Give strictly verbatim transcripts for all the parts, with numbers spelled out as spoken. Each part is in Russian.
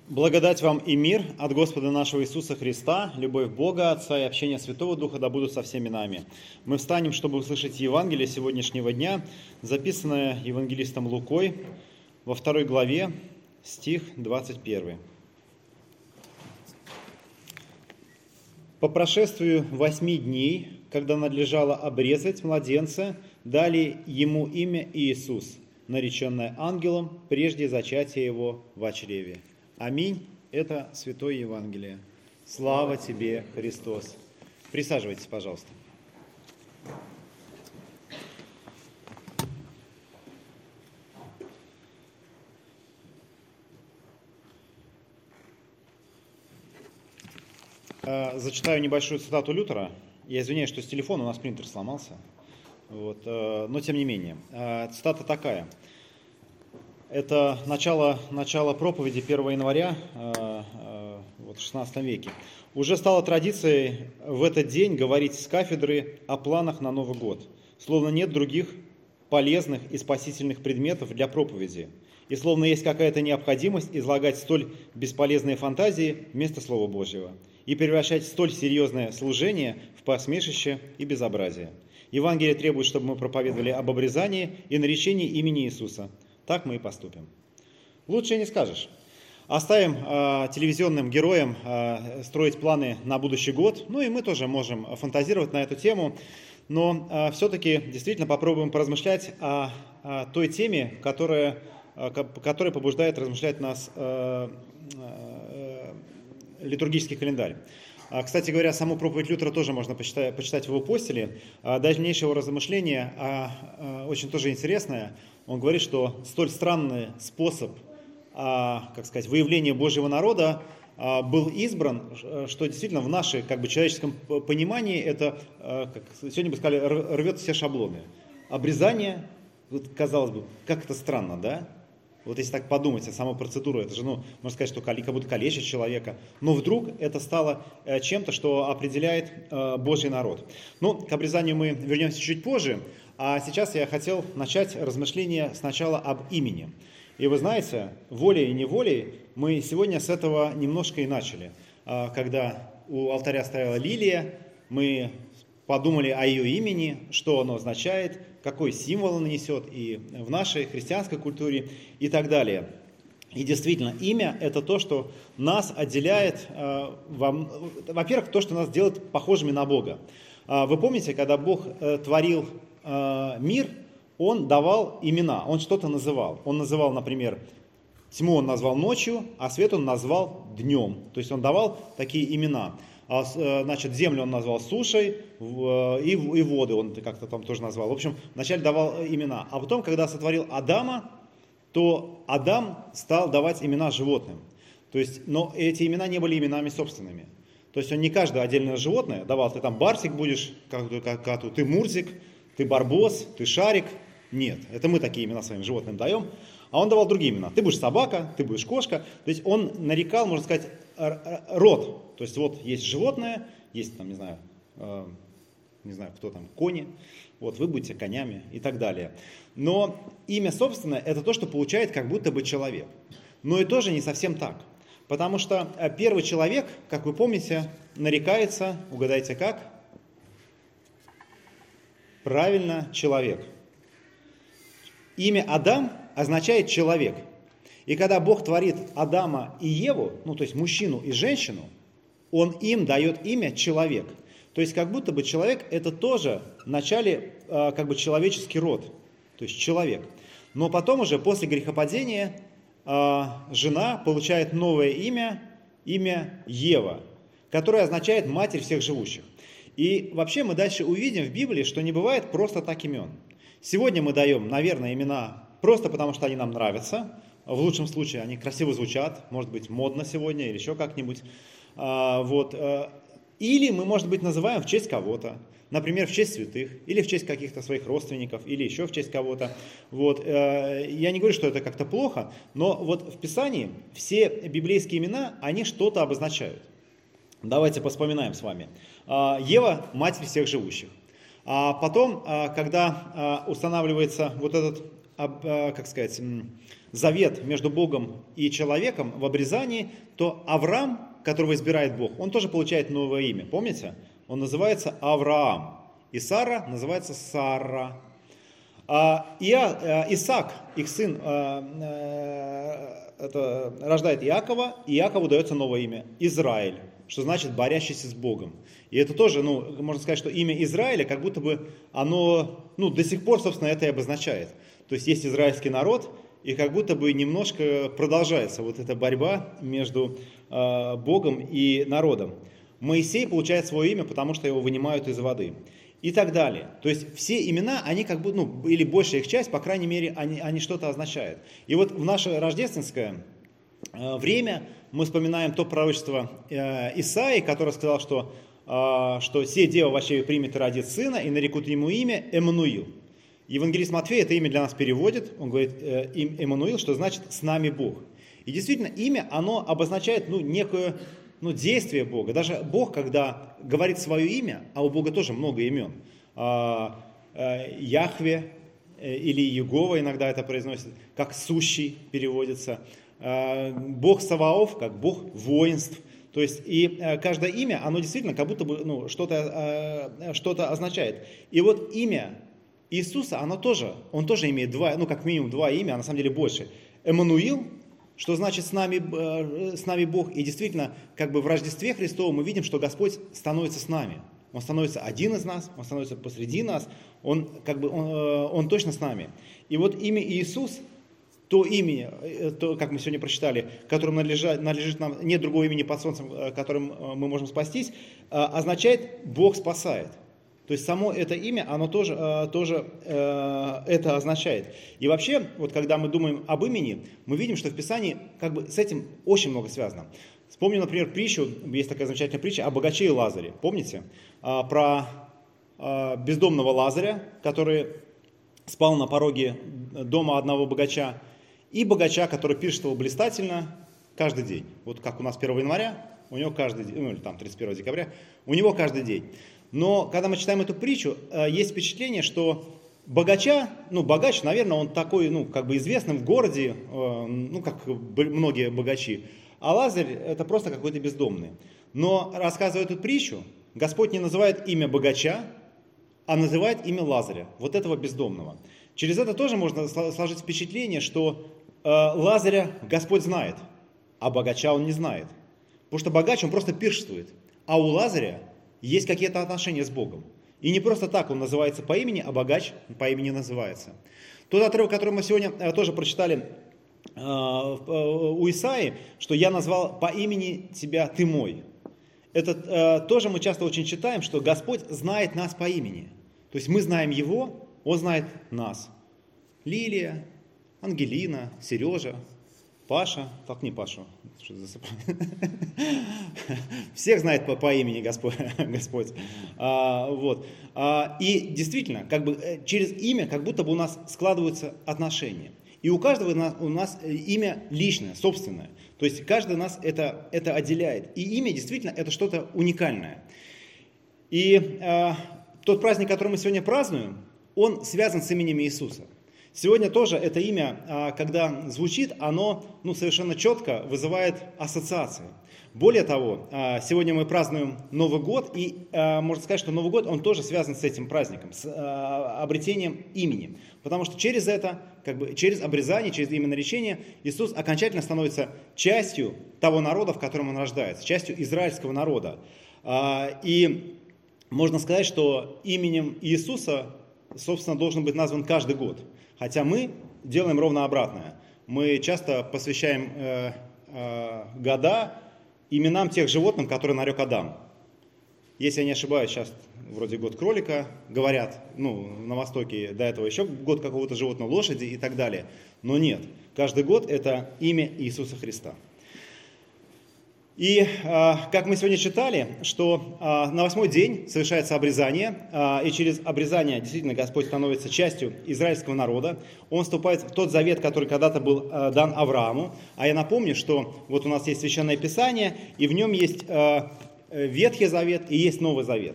Благодать вам и мир от Господа нашего Иисуса Христа, любовь Бога, Отца и общение Святого Духа да будут со всеми нами. Мы встанем, чтобы услышать Евангелие сегодняшнего дня, записанное евангелистом Лукой во второй главе, стих двадцать первый. «По прошествию восьми дней, когда надлежало обрезать младенца, дали ему имя Иисус, нареченное ангелом прежде зачатия его во чреве». Аминь. Это Святое Евангелие. Слава тебе, Христос. Присаживайтесь, пожалуйста. Зачитаю небольшую цитату Лютера. Я извиняюсь, что с телефона у нас принтер сломался. Вот. Но тем не менее. Цитата такая. Это начало, начало проповеди первого января э, э, вот, в шестнадцатом веке. Уже стало традицией в этот день говорить с кафедры о планах на Новый год, словно нет других полезных и спасительных предметов для проповеди, и словно есть какая-то необходимость излагать столь бесполезные фантазии вместо Слова Божьего и превращать столь серьезное служение в посмешище и безобразие. Евангелие требует, чтобы мы проповедовали об обрезании и наречении имени Иисуса. Так мы и поступим. Лучше не скажешь. Оставим э, телевизионным героям э, строить планы на будущий год. Ну и мы тоже можем фантазировать на эту тему. Но э, все-таки действительно попробуем поразмышлять о, о той теме, которая, э, которая побуждает размышлять нас э, э, литургический календарь. Кстати говоря, саму проповедь Лютера тоже можно почитать, почитать в его постеле. Дальнейшее его размышление очень тоже интересное. Он говорит, что столь странный способ, как сказать, выявления Божьего народа был избран, что действительно в нашем как бы, человеческом понимании это, как сегодня бы сказали, рвет все шаблоны. Обрезание, вот, казалось бы, как это странно, да? Вот если так подумать, а сама процедура, это же, ну, можно сказать, что как будто калечит человека. Но вдруг это стало чем-то, что определяет Божий народ. Ну, к обрезанию мы вернемся чуть позже. А сейчас я хотел начать размышления сначала об имени. И вы знаете, волей и неволей мы сегодня с этого немножко и начали. Когда у алтаря стояла лилия, мы подумали о ее имени, что оно означает, какой символ оно несет и в нашей христианской культуре и так далее. И действительно, имя – это то, что нас отделяет, э, во, во-первых, то, что нас делает похожими на Бога. Э, вы помните, когда Бог э, творил э, мир, Он давал имена, Он что-то называл. Он называл, например, тьму Он назвал ночью, а свет Он назвал днем. То есть Он давал такие имена. Значит, землю он назвал сушей, и воды он как-то там тоже назвал. В общем, вначале давал имена. А потом, когда сотворил Адама, то Адам стал давать имена животным. То есть, но эти имена не были именами собственными. То есть он не каждое отдельное животное давал. Ты там барсик будешь, как, как, ты мурзик, ты барбос, ты шарик. Нет, это мы такие имена своим животным даем. А он давал другие имена. Ты будешь собака, ты будешь кошка. То есть он нарекал, можно сказать, род. То есть вот есть животное, есть там, не знаю, э, не знаю, кто там, кони, вот вы будете конями и так далее. Но имя собственное – это то, что получает как будто бы человек. Но и тоже не совсем так. Потому что первый человек, как вы помните, нарекается, угадайте как? Правильно, человек. Имя Адам означает человек. И когда Бог творит Адама и Еву, ну то есть мужчину и женщину, Он им дает имя человек. То есть как будто бы человек это тоже вначале э, как бы человеческий род, то есть человек. Но потом уже после грехопадения э, жена получает новое имя, имя Ева, которое означает матерь всех живущих. И вообще мы дальше увидим в Библии, что не бывает просто так имен. Сегодня мы даем, наверное, имена просто потому, что они нам нравятся. В лучшем случае они красиво звучат, может быть, модно сегодня или еще как-нибудь. А, вот. Или мы, может быть, называем в честь кого-то. Например, в честь святых, или в честь каких-то своих родственников, или еще в честь кого-то. Вот. Я не говорю, что это как-то плохо, но вот в Писании все библейские имена, они что-то обозначают. Давайте поспоминаем с вами. Ева – матерь всех живущих. А потом, когда устанавливается вот этот об, как сказать, завет между Богом и человеком в обрезании, то Авраам, которого избирает Бог, он тоже получает новое имя. Помните? Он называется Авраам. И Сара называется Сара. А Иа, Исаак, их сын, это, рождает Иакова, и Иакову дается новое имя Израиль, что значит борящийся с Богом. И это тоже, ну, можно сказать, что имя Израиля, как будто бы оно, ну, до сих пор, собственно, это и обозначает. То есть есть израильский народ, и как будто бы немножко продолжается вот эта борьба между э, Богом и народом. Моисей получает свое имя, потому что его вынимают из воды. И так далее. То есть все имена, они как бы, ну, или большая их часть, по крайней мере, они, они что-то означают. И вот в наше рождественское э, время мы вспоминаем то пророчество э, Исаии, которое сказал, что, э, что «Се дева вообще примет и родит сына, и нарекут ему имя Эммануил». Евангелист Матфей это имя для нас переводит, он говорит э, им Эммануил, что значит «с нами Бог». И действительно, имя, оно обозначает, ну, некое, ну, действие Бога. Даже Бог, когда говорит свое имя, а у Бога тоже много имен, а, а, Яхве э, или Иегова иногда это произносит, как «сущий» переводится, а, Бог Саваоф, как Бог воинств. То есть и а, каждое имя, оно действительно как будто бы, ну, что-то, а, что-то означает. И вот имя Иисуса, оно тоже, он тоже имеет два, ну, как минимум два имя, а на самом деле больше. Эммануил, что значит с нами, с нами Бог. И действительно, как бы в Рождестве Христовом мы видим, что Господь становится с нами. Он становится один из нас, Он становится посреди нас, Он, как бы, он, он точно с нами. И вот имя Иисус, то имя, то, как мы сегодня прочитали, которым надлежит, надлежит нам, нет другого имени под солнцем, которым мы можем спастись, означает «Бог спасает». То есть само это имя, оно тоже, тоже э, это означает. И вообще, вот когда мы думаем об имени, мы видим, что в Писании как бы с этим очень много связано. Вспомню, например, притчу, есть такая замечательная притча о богаче и Лазаре. Помните? А, про а, бездомного Лазаря, который спал на пороге дома одного богача, и богача, который пиршествовал блистательно каждый день. Вот как у нас первого января, у него каждый день, ну или там тридцать первого декабря, у него каждый день. Но когда мы читаем эту притчу, есть впечатление, что богача, ну богач, наверное, он такой, ну как бы известным в городе, ну как многие богачи, а Лазарь это просто какой-то бездомный. Но рассказывая эту притчу, Господь не называет имя богача, а называет имя Лазаря, вот этого бездомного. Через это тоже можно сложить впечатление, что Лазаря Господь знает, а богача он не знает. Потому что богач, он просто пиршествует, а у Лазаря есть какие-то отношения с Богом. И не просто так он называется по имени, а богач по имени называется. Тот отрывок, который мы сегодня тоже прочитали у Исаии, что «я назвал по имени тебя, ты мой». Это тоже мы часто очень читаем, что Господь знает нас по имени. То есть мы знаем Его, Он знает нас. Лилия, Ангелина, Сережа, Паша, так не Пашу, всех знает по, по имени Господь. Господь. А, вот. а, и действительно, как бы через имя как будто бы у нас складываются отношения. И у каждого у нас, у нас имя личное, собственное. То есть каждый нас это, это отделяет. И имя действительно это что-то уникальное. И а, тот праздник, который мы сегодня празднуем, он связан с именем Иисуса. Сегодня тоже это имя, когда звучит, оно ну, совершенно четко вызывает ассоциации. Более того, сегодня мы празднуем Новый год, и можно сказать, что Новый год, он тоже связан с этим праздником, с обретением имени. Потому что через это, как бы, через обрезание, через именоречение Иисус окончательно становится частью того народа, в котором он рождается, частью израильского народа. И можно сказать, что именем Иисуса, собственно, должен быть назван каждый год. Хотя мы делаем ровно обратное. Мы часто посвящаем э, э, года именам тех животных, которые нарек Адам. Если я не ошибаюсь, сейчас вроде год кролика, говорят, ну, на Востоке до этого еще год какого-то животного, лошади и так далее. Но нет, каждый год это имя Иисуса Христа. И как мы сегодня читали, что на восьмой день совершается обрезание, и через обрезание действительно Господь становится частью израильского народа. Он вступает в тот завет, который когда-то был дан Аврааму. А я напомню, что вот у нас есть Священное Писание, и в нем есть Ветхий Завет и есть Новый Завет.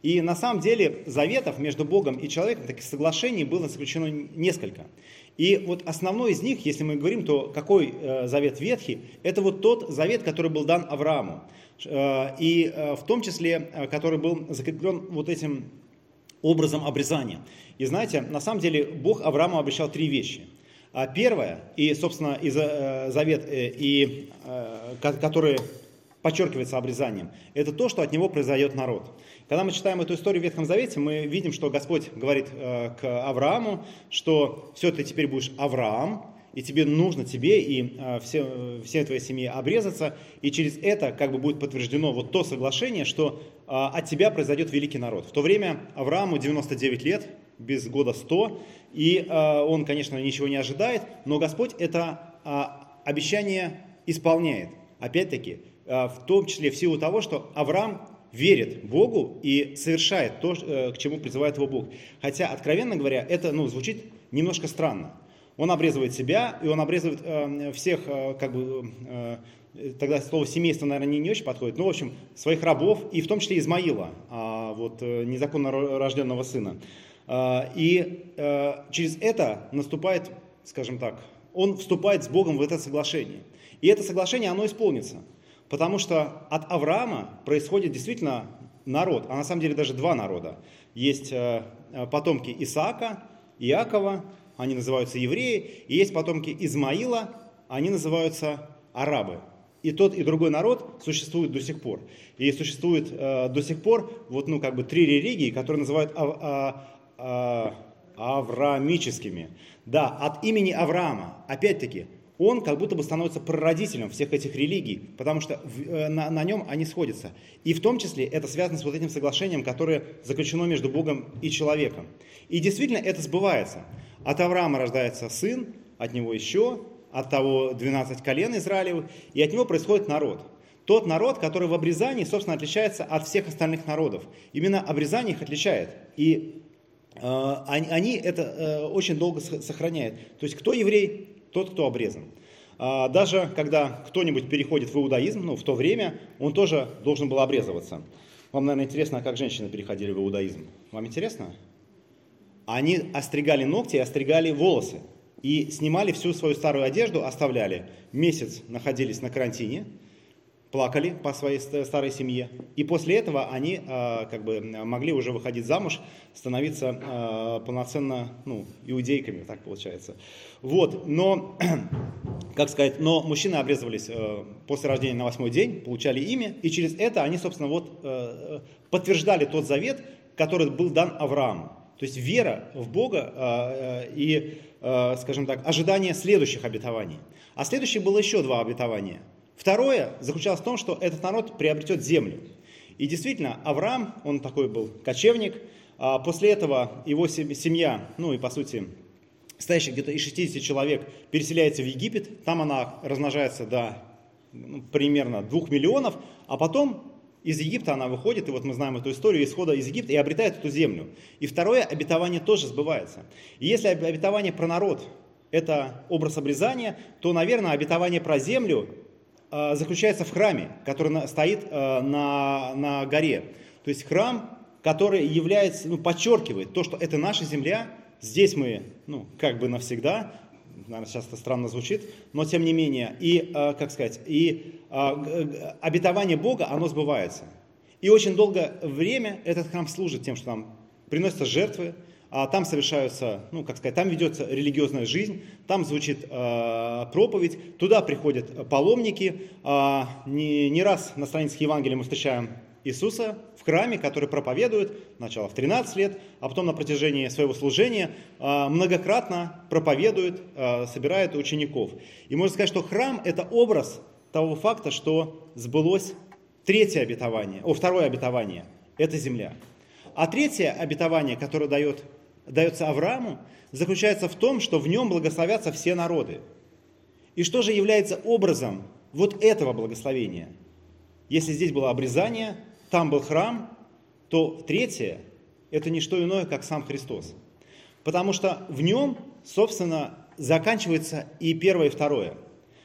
И на самом деле заветов между Богом и человеком, таких соглашений было заключено несколько. И вот основной из них, если мы говорим, то какой э, завет ветхий, это вот тот завет, который был дан Аврааму. Э, и э, в том числе, э, который был закреплен вот этим образом обрезания. И знаете, на самом деле Бог Аврааму обещал три вещи. А первое, и, собственно, и э, завет, э, и, э, который подчеркивается обрезанием, это то, что от него произойдет народ. Когда мы читаем эту историю в Ветхом Завете, мы видим, что Господь говорит э, к Аврааму, что все, ты теперь будешь Авраам, и тебе нужно, тебе и э, все, всей твоей семье обрезаться, и через это как бы будет подтверждено вот то соглашение, что э, от тебя произойдет великий народ. В то время Аврааму девяносто девять лет, без года сто, и э, он, конечно, ничего не ожидает, но Господь это э, обещание исполняет. Опять-таки, э, в том числе в силу того, что Авраам верит Богу и совершает то, к чему призывает его Бог. Хотя, откровенно говоря, это ну, звучит немножко странно. Он обрезывает себя, и он обрезывает э, всех, э, как бы, э, тогда слово семейство, наверное, не, не очень подходит, но, в общем, своих рабов, и в том числе Измаила, э, вот, э, незаконно рожденного сына. Э, и э, через это наступает, скажем так, он вступает с Богом в это соглашение. И это соглашение, оно исполнится. Потому что от Авраама происходит действительно народ, а на самом деле даже два народа. Есть потомки Исаака, Иакова, они называются евреи, и есть потомки Измаила, они называются арабы. И тот, и другой народ существует до сих пор. И существует э, до сих пор вот, ну, как бы три религии, которые называют ав, а, а, авраамическими. Да, от имени Авраама, опять-таки, он как будто бы становится прародителем всех этих религий, потому что в, на, на нем они сходятся. И в том числе это связано с вот этим соглашением, которое заключено между Богом и человеком. И действительно это сбывается. От Авраама рождается сын, от него еще, от того двенадцать колен Израилевых, и от него происходит народ. Тот народ, который в обрезании, собственно, отличается от всех остальных народов. Именно обрезание их отличает. И э, они, они это э, очень долго сохраняют. То есть кто еврей? Тот, кто обрезан. Даже когда кто-нибудь переходит в иудаизм, ну, в то время, он тоже должен был обрезываться. Вам, наверное, интересно, как женщины переходили в иудаизм. Вам интересно? Они остригали ногти и остригали волосы. И снимали всю свою старую одежду, оставляли. Месяц находились на карантине, плакали по своей старой семье. И после этого они э, как бы могли уже выходить замуж, становиться э, полноценно ну, иудейками, так получается. Вот, но, как сказать, но мужчины обрезывались э, после рождения на восьмой день, получали имя, и через это они, собственно, вот э, подтверждали тот завет, который был дан Аврааму. То есть вера в Бога э, э, и, э, скажем так, ожидание следующих обетований. А следующих было еще два обетования. Второе заключалось в том, что этот народ приобретет землю. И действительно, Авраам, он такой был кочевник, а после этого его семья, ну и по сути, стоящих где-то из шестидесяти человек, переселяется в Египет, там она размножается до ну, примерно двух миллионов, а потом из Египта она выходит, и вот мы знаем эту историю исхода из Египта, и обретает эту землю. И второе обетование тоже сбывается. И если обетование про народ – это образ обрезания, то, наверное, обетование про землю заключается в храме, который стоит на, на горе. То есть храм, который является, ну, подчеркивает то, что это наша земля, здесь мы, ну, как бы навсегда, наверное, сейчас это странно звучит, но тем не менее, и, как сказать, и обетование Бога, оно сбывается. И очень долгое время этот храм служит тем, что там приносятся жертвы, а там совершаются, ну, как сказать, там ведется религиозная жизнь, там звучит э, проповедь, туда приходят паломники. Э, не, не раз на страницах Евангелия мы встречаем Иисуса в храме, который проповедует, сначала в тринадцать лет, а потом на протяжении своего служения э, многократно проповедует, э, собирает учеников. И можно сказать, что храм – это образ того факта, что сбылось третье обетование, о, второе обетование – это земля. А третье обетование, которое дает дается Аврааму, заключается в том, что в нем благословятся все народы. И что же является образом вот этого благословения? Если здесь было обрезание, там был храм, то третье – это не что иное, как сам Христос. Потому что в нем, собственно, заканчивается и первое, и второе.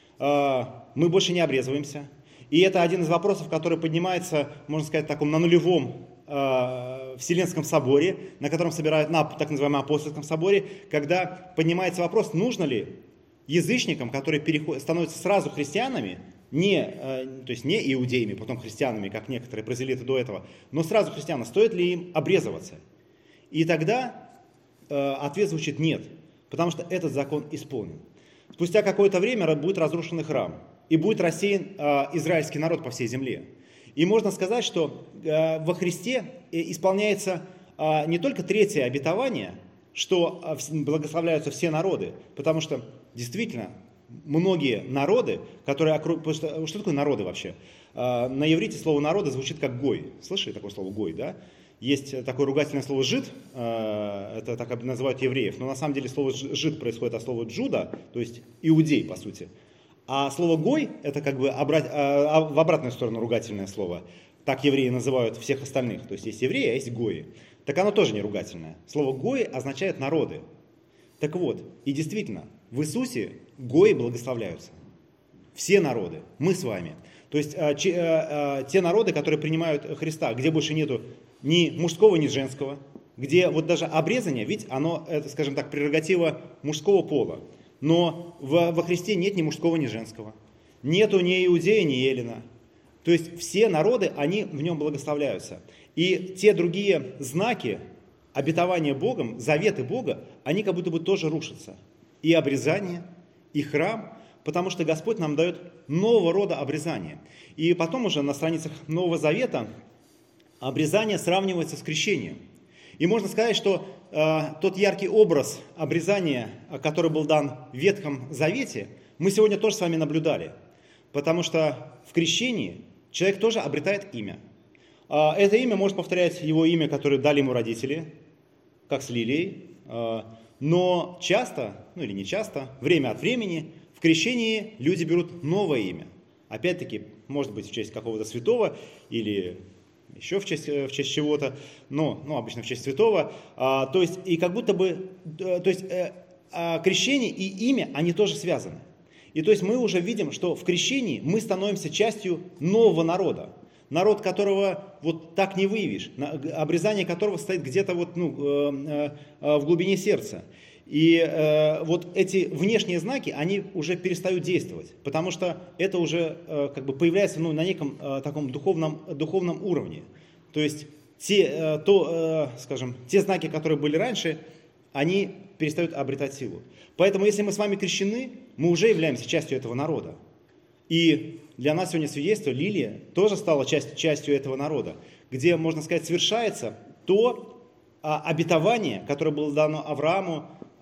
Мы больше не обрезываемся. И это один из вопросов, который поднимается, можно сказать, таком, на нулевом э, Вселенском соборе, на котором собирают, на так называемом апостольском соборе, когда поднимается вопрос, нужно ли язычникам, которые переходят, становятся сразу христианами, не, э, то есть не иудеями, потом христианами, как некоторые прозелиты до этого, но сразу христианам, стоит ли им обрезываться? И тогда э, ответ звучит нет, потому что этот закон исполнен. Спустя какое-то время будет разрушен храм, и будет рассеян э, израильский народ по всей земле. И можно сказать, что э, во Христе исполняется э, не только третье обетование, что э, благословляются все народы, потому что действительно многие народы, которые окружают... Что, что такое народы вообще? Э, на иврите слово народы звучит как гой. Слышали такое слово гой, да? Есть такое ругательное слово «жид», э, это так называют евреев, но на самом деле слово «жид» происходит от слова «джуда», то есть иудей, по сути. А слово «гой» – это как бы обрат, а, в обратную сторону ругательное слово. Так евреи называют всех остальных. То есть есть евреи, а есть гои. Так оно тоже не ругательное. Слово «гои» означает «народы». Так вот, и действительно, в Иисусе гои благословляются. Все народы, мы с вами. То есть а, че, а, а, те народы, которые принимают Христа, где больше нету ни мужского, ни женского, где вот даже обрезание, ведь оно, это, скажем так, прерогатива мужского пола. Но во, во Христе нет ни мужского, ни женского. Нету ни иудея, ни эллина. То есть все народы, они в нем благословляются. И те другие знаки, обетования Богом, заветы Бога, они как будто бы тоже рушатся. И обрезание, и храм, потому что Господь нам дает нового рода обрезание. И потом уже на страницах Нового Завета обрезание сравнивается с крещением. И можно сказать, что э, тот яркий образ обрезания, который был дан в Ветхом Завете, мы сегодня тоже с вами наблюдали. Потому что в крещении человек тоже обретает имя. Э, это имя может повторять его имя, которое дали ему родители, как с Лилией. Э, но часто, ну или не часто, время от времени в крещении люди берут новое имя. Опять-таки, может быть, в честь какого-то святого или... еще в честь, в честь чего-то, но ну, обычно в честь святого. А, то есть, и как будто бы, то есть, э, а, крещение и имя, они тоже связаны. И то есть мы уже видим, что в крещении мы становимся частью нового народа. Народ, которого вот так не выявишь, обрезание которого стоит где-то вот, ну, э, э, в глубине сердца. И э, вот эти внешние знаки, они уже перестают действовать, потому что это уже э, как бы появляется ну, на неком э, таком духовном, духовном уровне. То есть те, э, то, э, скажем, те знаки, которые были раньше, они перестают обретать силу. Поэтому если мы с вами крещены, мы уже являемся частью этого народа. И для нас сегодня свидетельство, Лилия тоже стала часть, частью этого народа, где, можно сказать, совершается то а, обетование, которое было дано Аврааму,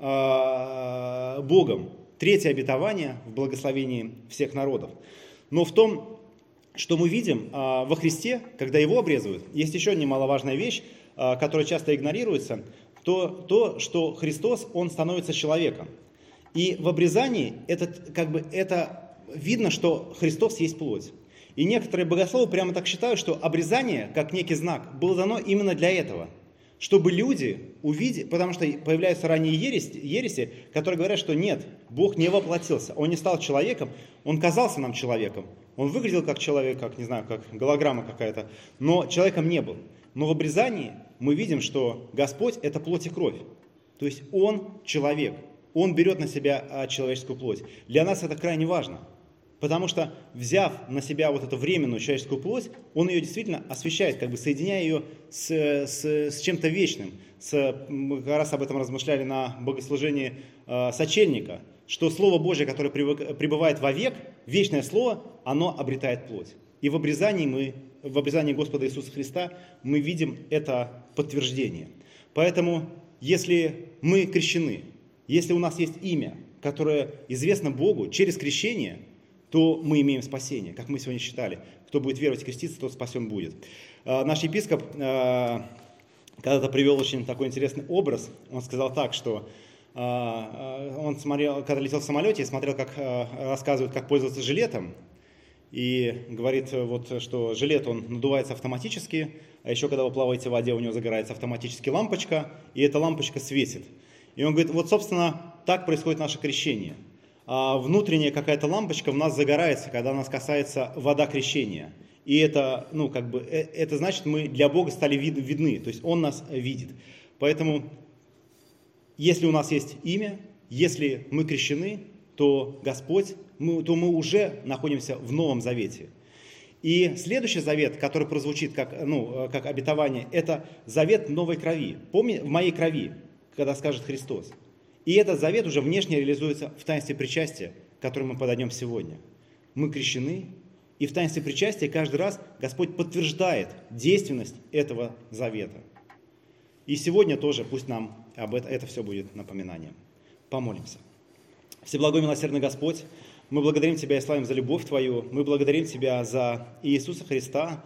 Богом. Третье обетование в благословении всех народов. Но в том, что мы видим во Христе, когда Его обрезывают, есть еще немаловажная вещь, которая часто игнорируется, то, то что Христос, Он становится человеком. И в обрезании это, как бы, это видно, что Христос есть плоть. И некоторые богословы прямо так считают, что обрезание, как некий знак, было дано именно для этого. Чтобы люди увидели, потому что появляются ранние ереси, ереси, которые говорят, что нет, Бог не воплотился, Он не стал человеком, Он казался нам человеком, Он выглядел как человек, как, не знаю, как голограмма какая-то, но человеком не был. Но в обрезании мы видим, что Господь – это плоть и кровь, то есть Он человек, Он берет на себя человеческую плоть. Для нас это крайне важно. Потому что, взяв на себя вот эту временную человеческую плоть, Он ее действительно освящает, как бы соединяя ее с, с, с чем-то вечным. С, мы как раз об этом размышляли на богослужении э, сочельника, что Слово Божие, которое пребывает вовек, вечное Слово, оно обретает плоть. И в обрезании, мы, в обрезании Господа Иисуса Христа мы видим это подтверждение. Поэтому, если мы крещены, если у нас есть имя, которое известно Богу через крещение, то мы имеем спасение, как мы сегодня считали. Кто будет веровать и креститься, тот спасен будет. Наш епископ когда-то привел очень такой интересный образ. Он сказал так, что он смотрел, когда летел в самолете, смотрел, как рассказывают, как пользоваться жилетом. И говорит, вот, что жилет, он надувается автоматически, а еще когда вы плаваете в воде, у него загорается автоматически лампочка, и эта лампочка светит. И он говорит, вот, собственно, так происходит наше крещение. А внутренняя какая-то лампочка в нас загорается, когда нас касается вода крещения. И это, ну, как бы, это значит, мы для Бога стали вид, видны, то есть Он нас видит. Поэтому, если у нас есть имя, если мы крещены, то Господь, мы, то мы уже находимся в Новом Завете. И следующий завет, который прозвучит как, ну, как обетование, это завет новой крови. Помни, в моей крови, когда скажет Христос. И этот завет уже внешне реализуется в таинстве причастия, к которому мы подойдем сегодня. Мы крещены, и в таинстве причастия каждый раз Господь подтверждает действенность этого завета. И сегодня тоже пусть нам об этом это все будет напоминанием. Помолимся. Всеблагой милосердный Господь, мы благодарим Тебя и славим за любовь Твою, мы благодарим Тебя за Иисуса Христа,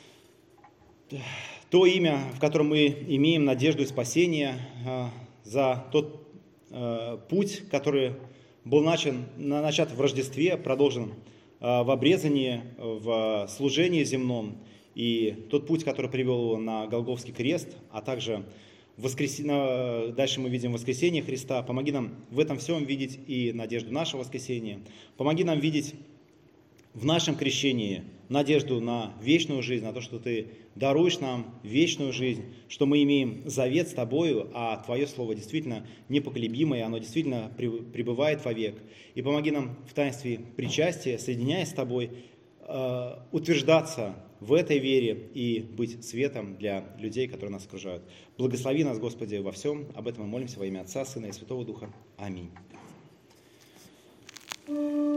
то имя, в котором мы имеем надежду и спасение, за тот путь, который был начат, начат в Рождестве, продолжен в обрезании, в служении земном, и тот путь, который привел его на Голгофский крест, а также воскрес... дальше мы видим воскресение Христа. Помоги нам в этом всем видеть и надежду нашего воскресения. Помоги нам видеть в нашем крещении надежду на вечную жизнь, на то, что Ты даруешь нам вечную жизнь, что мы имеем завет с Тобою, а Твое Слово действительно непоколебимое, оно действительно пребывает вовек. И помоги нам в таинстве причастия, соединяясь с Тобой, утверждаться в этой вере и быть светом для людей, которые нас окружают. Благослови нас, Господи, во всем. Об этом мы молимся во имя Отца, Сына и Святого Духа. Аминь.